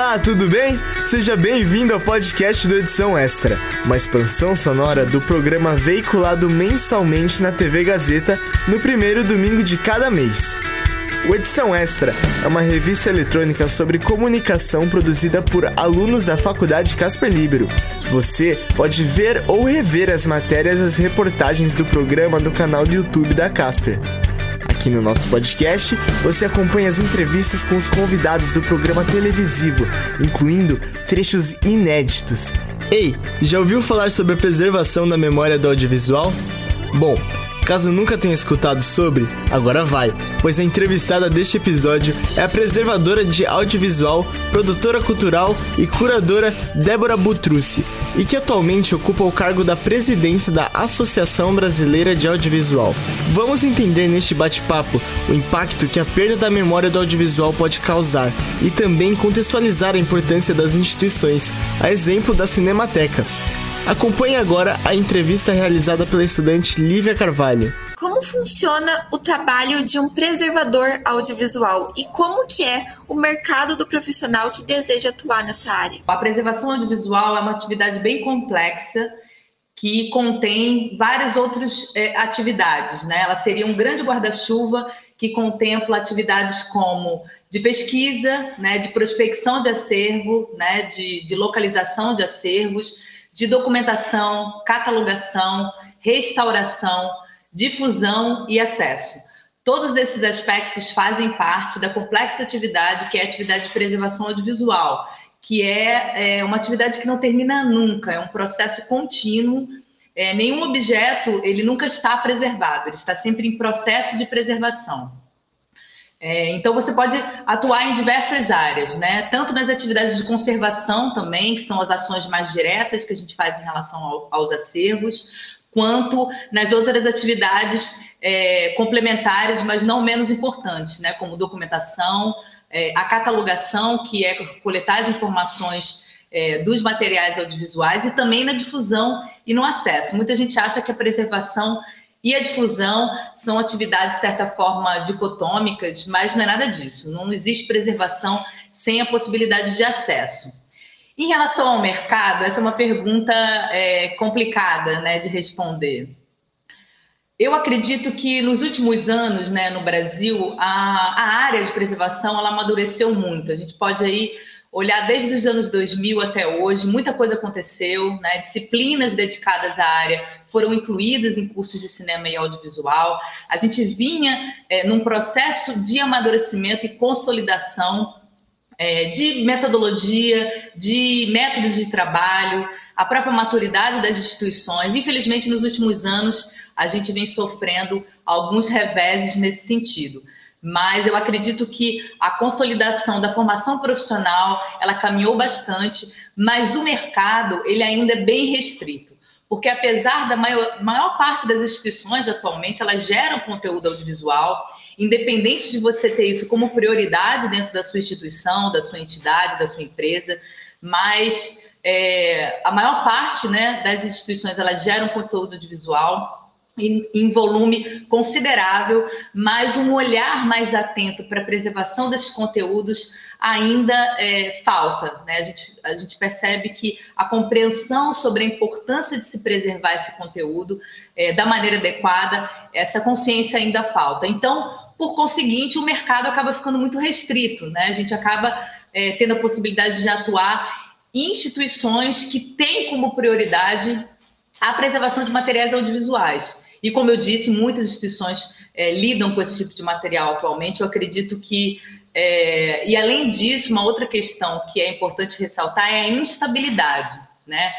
Olá, tudo bem? Seja bem-vindo ao podcast do Edição Extra, uma expansão sonora do programa veiculado mensalmente na TV Gazeta no primeiro domingo de cada mês. O Edição Extra é uma revista eletrônica sobre comunicação produzida por alunos da Faculdade Casper Libero. Você pode ver ou rever as matérias e as reportagens do programa no canal do YouTube da Casper. Aqui no nosso podcast, você acompanha as entrevistas com os convidados do programa televisivo, incluindo trechos inéditos. Ei, já ouviu falar sobre a preservação da memória do audiovisual? Bom, caso nunca tenha escutado sobre, agora vai, pois a entrevistada deste episódio é a preservadora de audiovisual, produtora cultural e curadora Débora Butrucci, e que atualmente ocupa o cargo da presidência da Associação Brasileira de Audiovisual. Vamos entender neste bate-papo o impacto que a perda da memória do audiovisual pode causar e também contextualizar a importância das instituições, a exemplo da Cinemateca. Acompanhe agora a entrevista realizada pela estudante Lívia Carvalho. Como funciona o trabalho de um preservador audiovisual e como que é o mercado do profissional que deseja atuar nessa área? A preservação audiovisual é uma atividade bem complexa que contém várias outras atividades, né? Ela seria um grande guarda-chuva que contempla atividades como de pesquisa, né, de prospecção de acervo, né, de localização de acervos, de documentação, catalogação, restauração, difusão e acesso. Todos esses aspectos fazem parte da complexa atividade que é a atividade de preservação audiovisual, que é uma atividade que não termina nunca, é um processo contínuo. Nenhum objeto, ele nunca está preservado, ele está sempre em processo de preservação. Então, você pode atuar em diversas áreas, né? Tanto nas atividades de conservação também, que são as ações mais diretas que a gente faz em relação aos acervos, quanto nas outras atividades complementares, mas não menos importantes, né? Como documentação, a catalogação, que é coletar as informações dos materiais audiovisuais, e também na difusão e no acesso. Muita gente acha que a preservação e a difusão são atividades, de certa forma, dicotômicas, mas não é nada disso. Não existe preservação sem a possibilidade de acesso. Em relação ao mercado, essa é uma pergunta complicada, né, de responder. Eu acredito que nos últimos anos, né, no Brasil, a área de preservação ela amadureceu muito. A gente pode aí olhar desde os anos 2000 até hoje, muita coisa aconteceu, né? Disciplinas dedicadas à área foram incluídas em cursos de cinema e audiovisual. A gente vinha num processo de amadurecimento e consolidação de metodologia, de métodos de trabalho, a própria maturidade das instituições. Infelizmente, nos últimos anos, a gente vem sofrendo alguns reveses nesse sentido. Mas eu acredito que a consolidação da formação profissional, ela caminhou bastante, mas o mercado, ele ainda é bem restrito. Porque apesar da maior parte das instituições atualmente, elas geram conteúdo audiovisual, independente de você ter isso como prioridade dentro da sua instituição, da sua entidade, da sua empresa, mas a maior parte, né, das instituições, elas geram conteúdo audiovisual em volume considerável, mas um olhar mais atento para a preservação desses conteúdos ainda falta, né? A gente percebe que a compreensão sobre a importância de se preservar esse conteúdo da maneira adequada, essa consciência ainda falta. Então, por conseguinte, o mercado acaba ficando muito restrito, né? A gente acaba tendo a possibilidade de atuar em instituições que têm como prioridade a preservação de materiais audiovisuais. E, como eu disse, muitas instituições lidam com esse tipo de material atualmente. Eu acredito que, e além disso, uma outra questão que é importante ressaltar é a instabilidade, né?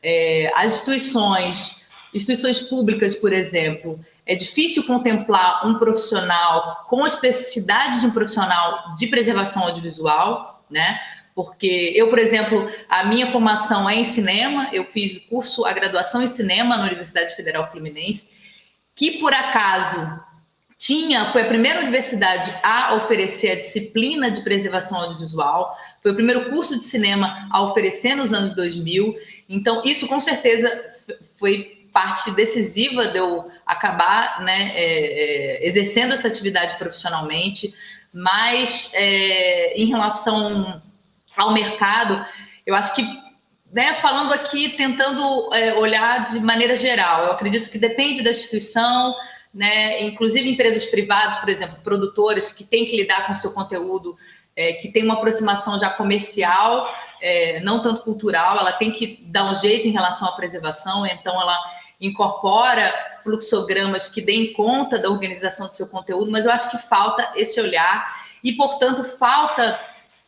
As instituições públicas, por exemplo, é difícil contemplar um profissional com a especificidade de um profissional de preservação audiovisual, né? Porque eu, por exemplo, a minha formação é em cinema, eu fiz a graduação em cinema na Universidade Federal Fluminense, que por acaso foi a primeira universidade a oferecer a disciplina de preservação audiovisual, foi o primeiro curso de cinema a oferecer nos anos 2000, então isso com certeza foi parte decisiva de eu acabar, né, exercendo essa atividade profissionalmente, mas em relação ao mercado, eu acho que, né, falando aqui, tentando olhar de maneira geral, eu acredito que depende da instituição, né, inclusive empresas privadas, por exemplo, produtores que têm que lidar com o seu conteúdo, que tem uma aproximação já comercial, não tanto cultural, ela tem que dar um jeito em relação à preservação, então ela incorpora fluxogramas que deem conta da organização do seu conteúdo, mas eu acho que falta esse olhar e, portanto, falta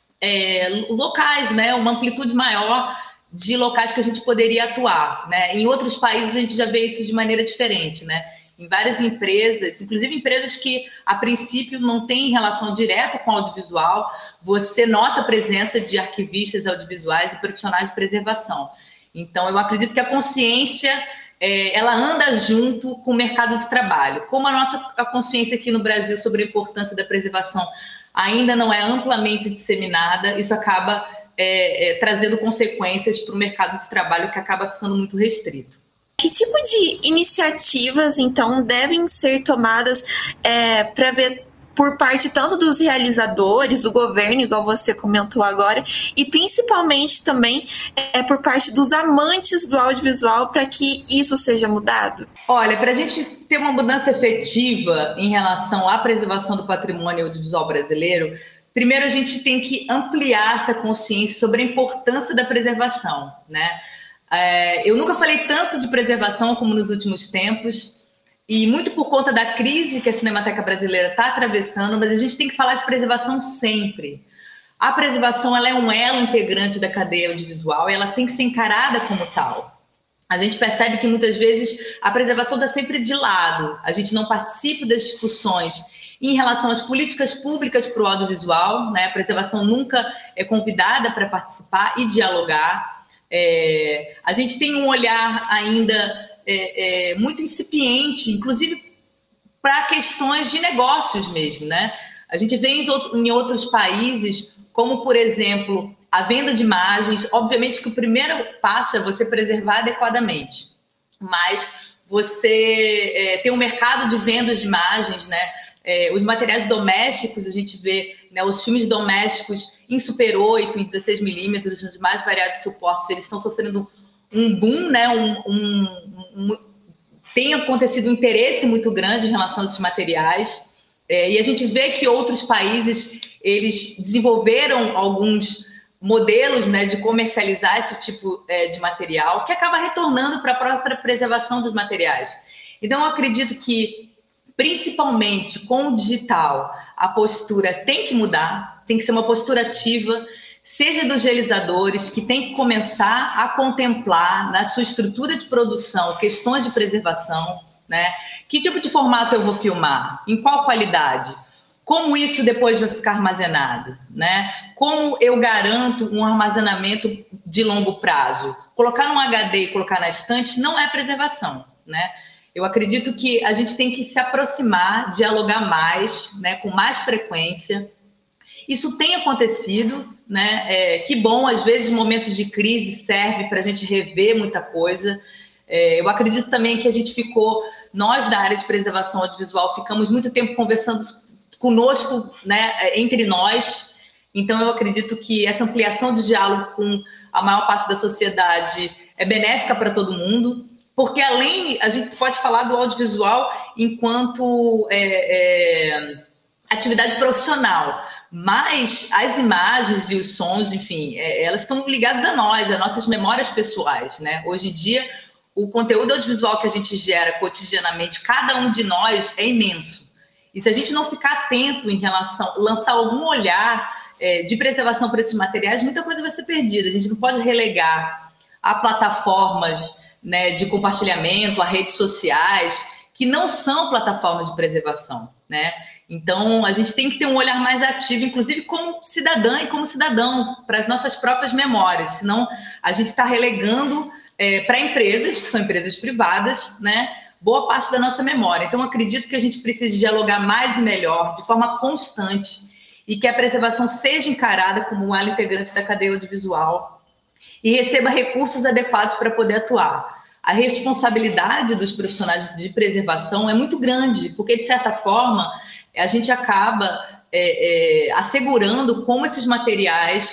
locais, né, uma amplitude maior de locais que a gente poderia atuar, né? Em outros países a gente já vê isso de maneira diferente, né? Em várias empresas, inclusive empresas que a princípio não têm relação direta com o audiovisual, você nota a presença de arquivistas audiovisuais e profissionais de preservação. Então, eu acredito que a consciência ela anda junto com o mercado de trabalho. Como a consciência aqui no Brasil sobre a importância da preservação ainda não é amplamente disseminada, isso acaba trazendo consequências para o mercado de trabalho que acaba ficando muito restrito. Que tipo de iniciativas, então, devem ser tomadas para ver por parte tanto dos realizadores, do governo, igual você comentou agora, e principalmente também por parte dos amantes do audiovisual para que isso seja mudado? Olha, para a gente ter uma mudança efetiva em relação à preservação do patrimônio audiovisual brasileiro, primeiro a gente tem que ampliar essa consciência sobre a importância da preservação, né? Eu nunca falei tanto de preservação como nos últimos tempos, e muito por conta da crise que a Cinemateca Brasileira está atravessando, mas a gente tem que falar de preservação sempre. A preservação ela é um elo integrante da cadeia audiovisual e ela tem que ser encarada como tal. A gente percebe que muitas vezes a preservação está sempre de lado, a gente não participa das discussões em relação às políticas públicas para o audiovisual, né? A preservação nunca é convidada para participar e dialogar. A gente tem um olhar ainda muito incipiente, inclusive para questões de negócios mesmo, né? A gente vê em outros países, como, por exemplo, a venda de imagens. Obviamente que o primeiro passo é você preservar adequadamente, mas você tem um mercado de vendas de imagens, né? Os materiais domésticos, a gente vê, né, os filmes domésticos em Super 8, em 16mm, nos mais variados suportes, eles estão sofrendo um boom, né? Tem acontecido um interesse muito grande em relação a esses materiais, e a gente vê que outros países eles desenvolveram alguns modelos, né, de comercializar esse tipo de material, que acaba retornando para a própria preservação dos materiais. Então, eu acredito que, principalmente com o digital, a postura tem que mudar, tem que ser uma postura ativa, seja dos realizadores, que tem que começar a contemplar na sua estrutura de produção questões de preservação, né? Que tipo de formato eu vou filmar? Em qual qualidade? Como isso depois vai ficar armazenado, né? Como eu garanto um armazenamento de longo prazo? Colocar num HD e colocar na estante não é preservação, né? Eu acredito que a gente tem que se aproximar, dialogar mais, né, com mais frequência. Isso tem acontecido, né? Que bom, às vezes momentos de crise servem para a gente rever muita coisa. Eu acredito também que a gente nós da área de preservação audiovisual, ficamos muito tempo conversando conosco, né, entre nós. Então, eu acredito que essa ampliação de diálogo com a maior parte da sociedade é benéfica para todo mundo, porque a gente pode falar do audiovisual enquanto atividade profissional, mas as imagens e os sons, enfim, elas estão ligadas a nós, a nossas memórias pessoais, né? Hoje em dia, o conteúdo audiovisual que a gente gera cotidianamente, cada um de nós, é imenso. E se a gente não ficar atento em relação a lançar algum olhar de preservação para esses materiais, muita coisa vai ser perdida. A gente não pode relegar a plataformas, né, de compartilhamento, a redes sociais, que não são plataformas de preservação, né? Então, a gente tem que ter um olhar mais ativo, inclusive como cidadã e como cidadão, para as nossas próprias memórias. Senão, a gente está relegando para empresas, que são empresas privadas, né, boa parte da nossa memória. Então, acredito que a gente precisa dialogar mais e melhor, de forma constante, e que a preservação seja encarada como um elo integrante da cadeia audiovisual e receba recursos adequados para poder atuar. A responsabilidade dos profissionais de preservação é muito grande, porque, de certa forma, a gente acaba assegurando como esses materiais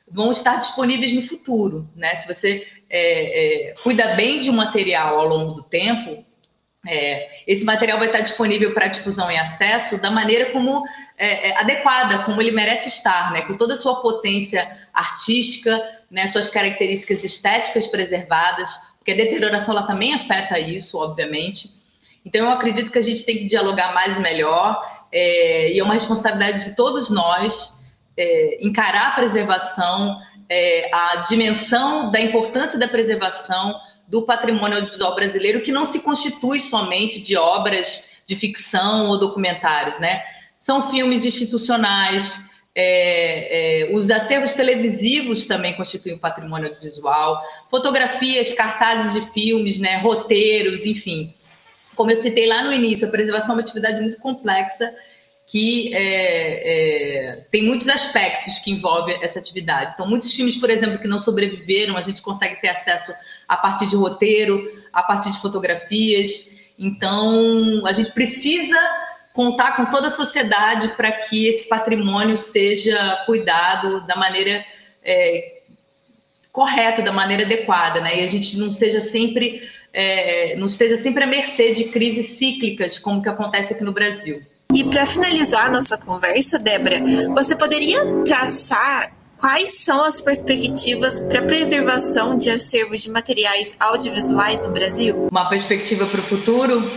vão estar disponíveis no futuro, né? Se você cuida bem de um material ao longo do tempo, esse material vai estar disponível para difusão e acesso da maneira como adequada, como ele merece estar, né? Com toda a sua potência artística, né? Suas características estéticas preservadas, porque a deterioração ela também afeta isso, obviamente. Então, eu acredito que a gente tem que dialogar mais e melhor, e é uma responsabilidade de todos nós encarar a preservação, a dimensão da importância da preservação do patrimônio audiovisual brasileiro, que não se constitui somente de obras de ficção ou documentários, né? São filmes institucionais, os acervos televisivos também constituem o patrimônio audiovisual, fotografias, cartazes de filmes, né? Roteiros, enfim. Como eu citei lá no início, a preservação é uma atividade muito complexa que tem muitos aspectos que envolvem essa atividade. Então, muitos filmes, por exemplo, que não sobreviveram, a gente consegue ter acesso a partir de roteiro, a partir de fotografias. Então, a gente precisa contar com toda a sociedade para que esse patrimônio seja cuidado da maneira correta, da maneira adequada, né? E a gente não esteja sempre à mercê de crises cíclicas, como que acontece aqui no Brasil. E para finalizar nossa conversa, Débora, você poderia traçar quais são as perspectivas para a preservação de acervos de materiais audiovisuais no Brasil? Uma perspectiva para o futuro?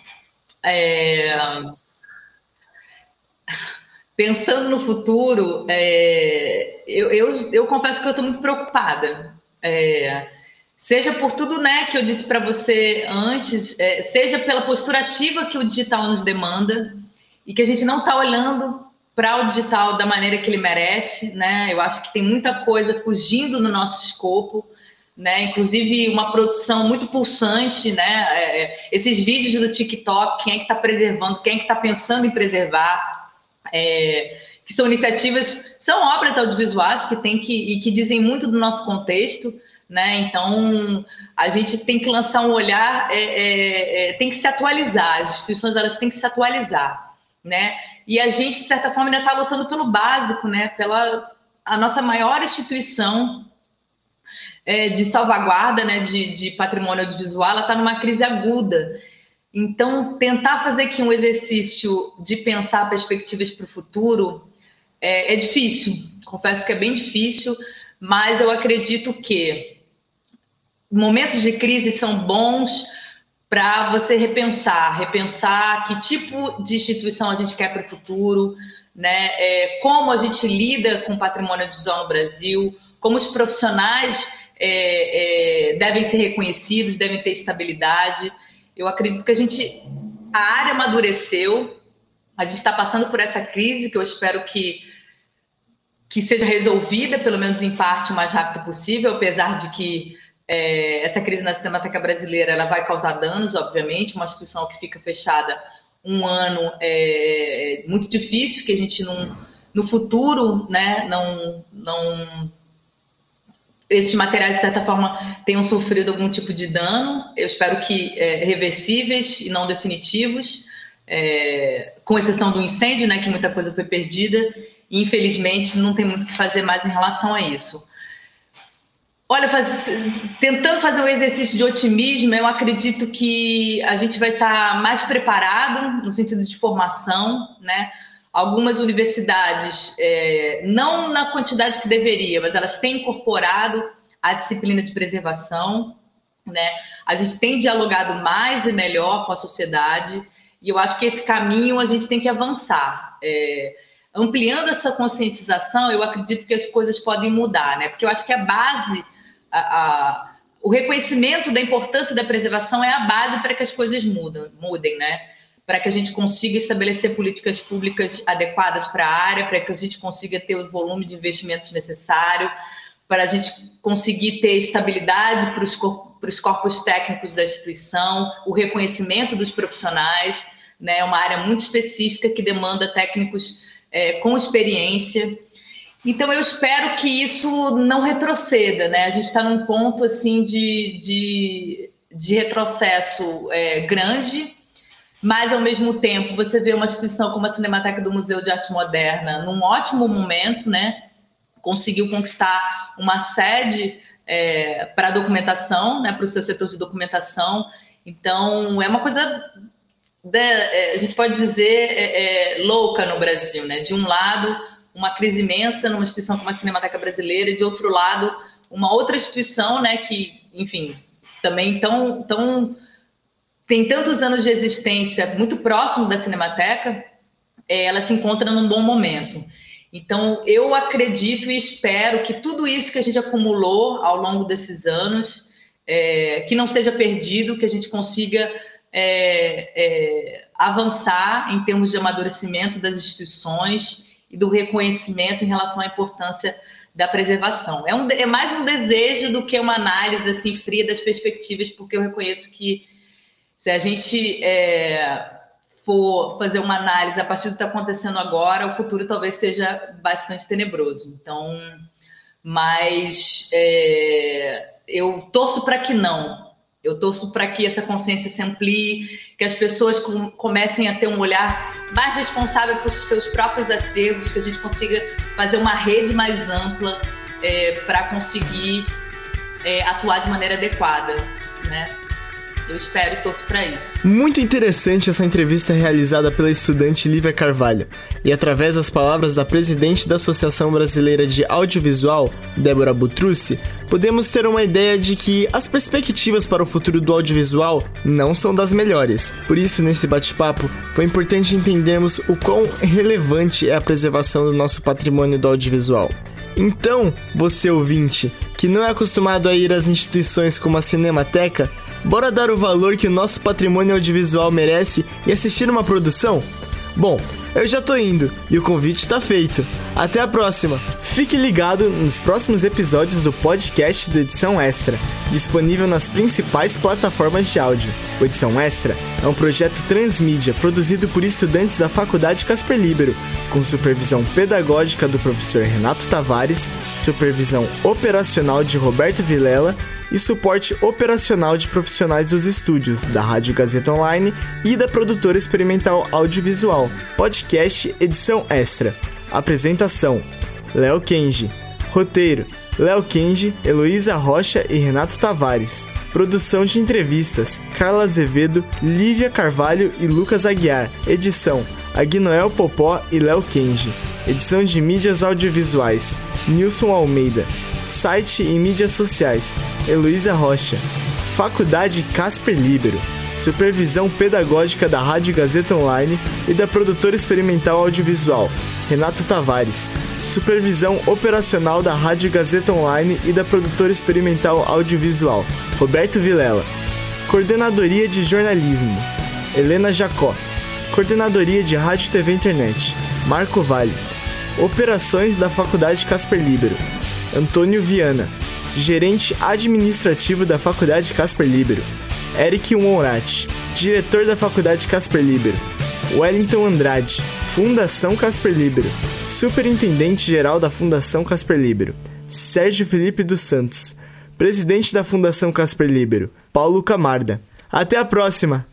Pensando no futuro, eu confesso que eu estou muito preocupada. Seja por tudo, né, que eu disse para você antes, seja pela postura ativa que o digital nos demanda e que a gente não está olhando para o digital da maneira que ele merece, né? Eu acho que tem muita coisa fugindo no nosso escopo, né? Inclusive uma produção muito pulsante, né? Esses vídeos do TikTok, quem é que está preservando, quem é que está pensando em preservar, que são iniciativas, são obras audiovisuais que dizem muito do nosso contexto, né? Então a gente tem que lançar um olhar, tem que se atualizar, as instituições elas têm que se atualizar, né? E a gente, de certa forma, ainda está lutando pelo básico, né? Pela a nossa maior instituição de salvaguarda, né? de patrimônio audiovisual, ela está numa crise aguda. Então, tentar fazer aqui um exercício de pensar perspectivas para o futuro é difícil. Confesso que é bem difícil, mas eu acredito que momentos de crise são bons para você repensar que tipo de instituição a gente quer para o futuro, né? Como a gente lida com o patrimônio audiovisual no Brasil, como os profissionais devem ser reconhecidos, devem ter estabilidade. Eu acredito que a área amadureceu, a gente está passando por essa crise que eu espero que seja resolvida, pelo menos em parte, o mais rápido possível, apesar de que essa crise na Cinemateca Brasileira ela vai causar danos, obviamente. Uma instituição que fica fechada um ano é muito difícil que a gente no futuro, né, esses materiais, de certa forma, tenham sofrido algum tipo de dano. Eu espero que reversíveis e não definitivos, com exceção do incêndio, né, que muita coisa foi perdida. E, infelizmente, não tem muito o que fazer mais em relação a isso. Olha, tentando fazer um exercício de otimismo, eu acredito que a gente vai estar mais preparado no sentido de formação, né? Algumas universidades, não na quantidade que deveria, mas elas têm incorporado a disciplina de preservação, né? A gente tem dialogado mais e melhor com a sociedade e eu acho que esse caminho a gente tem que avançar. Ampliando essa conscientização, eu acredito que as coisas podem mudar, né? Porque eu acho que a base, o reconhecimento da importância da preservação é a base para que as coisas mudem, né? Para que a gente consiga estabelecer políticas públicas adequadas para a área, para que a gente consiga ter o volume de investimentos necessário, para a gente conseguir ter estabilidade para os corpos técnicos da instituição, o reconhecimento dos profissionais, né? É uma área muito específica que demanda técnicos com experiência. Então, eu espero que isso não retroceda, né? A gente está num ponto assim, de retrocesso grande, mas, ao mesmo tempo, você vê uma instituição como a Cinemateca do Museu de Arte Moderna num ótimo momento, né? conseguiu conquistar uma sede para a documentação, né, para o seu setor de documentação. Então, é uma coisa, a gente pode dizer, louca no Brasil, né? De um lado, uma crise imensa numa instituição como a Cinemateca Brasileira, e de outro lado, uma outra instituição, né, que, enfim, também tem tantos anos de existência, muito próximo da Cinemateca, ela se encontra num bom momento. Então, eu acredito e espero que tudo isso que a gente acumulou ao longo desses anos, que não seja perdido, que a gente consiga avançar em termos de amadurecimento das instituições e do reconhecimento em relação à importância da preservação. É mais um desejo do que uma análise assim, fria das perspectivas, porque eu reconheço que se a gente for fazer uma análise a partir do que está acontecendo agora, o futuro talvez seja bastante tenebroso. Então, mas eu torço para que não. Eu torço para que essa consciência se amplie, que as pessoas comecem a ter um olhar mais responsável por seus próprios acervos, que a gente consiga fazer uma rede mais ampla para conseguir atuar de maneira adequada, né? Eu espero e torço para isso. Muito interessante essa entrevista realizada pela estudante Lívia Carvalho. E através das palavras da presidente da Associação Brasileira de Audiovisual, Débora Butrucci, podemos ter uma ideia de que as perspectivas para o futuro do audiovisual não são das melhores. Por isso, nesse bate-papo, foi importante entendermos o quão relevante é a preservação do nosso patrimônio do audiovisual. Então, você ouvinte, que não é acostumado a ir às instituições como a Cinemateca, bora dar o valor que o nosso patrimônio audiovisual merece e assistir uma produção? Bom, eu já tô indo e o convite tá feito. Até a próxima! Fique ligado nos próximos episódios do podcast do Edição Extra, disponível nas principais plataformas de áudio. O Edição Extra é um projeto transmídia produzido por estudantes da Faculdade Casper Libero, com supervisão pedagógica do professor Renato Tavares, supervisão operacional de Roberto Vilela e suporte operacional de profissionais dos estúdios, da Rádio Gazeta Online e da produtora experimental audiovisual. Podcast Edição Extra. Apresentação: Léo Kenji. Roteiro: Léo Kenji, Heloísa Rocha e Renato Tavares. Produção de entrevistas: Carla Azevedo, Lívia Carvalho e Lucas Aguiar. Edição: Agnoel Popó e Léo Kenji. Edição de mídias audiovisuais: Nilson Almeida. Site e mídias sociais: Heloísa Rocha. Faculdade Casper Libero. Supervisão pedagógica da Rádio Gazeta Online e da produtora experimental audiovisual, Renato Tavares. Supervisão operacional da Rádio Gazeta Online e da produtora experimental audiovisual, Roberto Vilela. Coordenadoria de jornalismo, Helena Jacó. Coordenadoria de Rádio e TV Internet, Marco Vale. Operações da Faculdade Casper Libero, Antônio Viana. Gerente administrativo da Faculdade Casper Libero, Eric Umorati. Diretor da Faculdade Casper Libero, Wellington Andrade. Fundação Casper Libero. Superintendente-geral da Fundação Casper Libero, Sérgio Felipe dos Santos. Presidente da Fundação Casper Libero, Paulo Camarda. Até a próxima!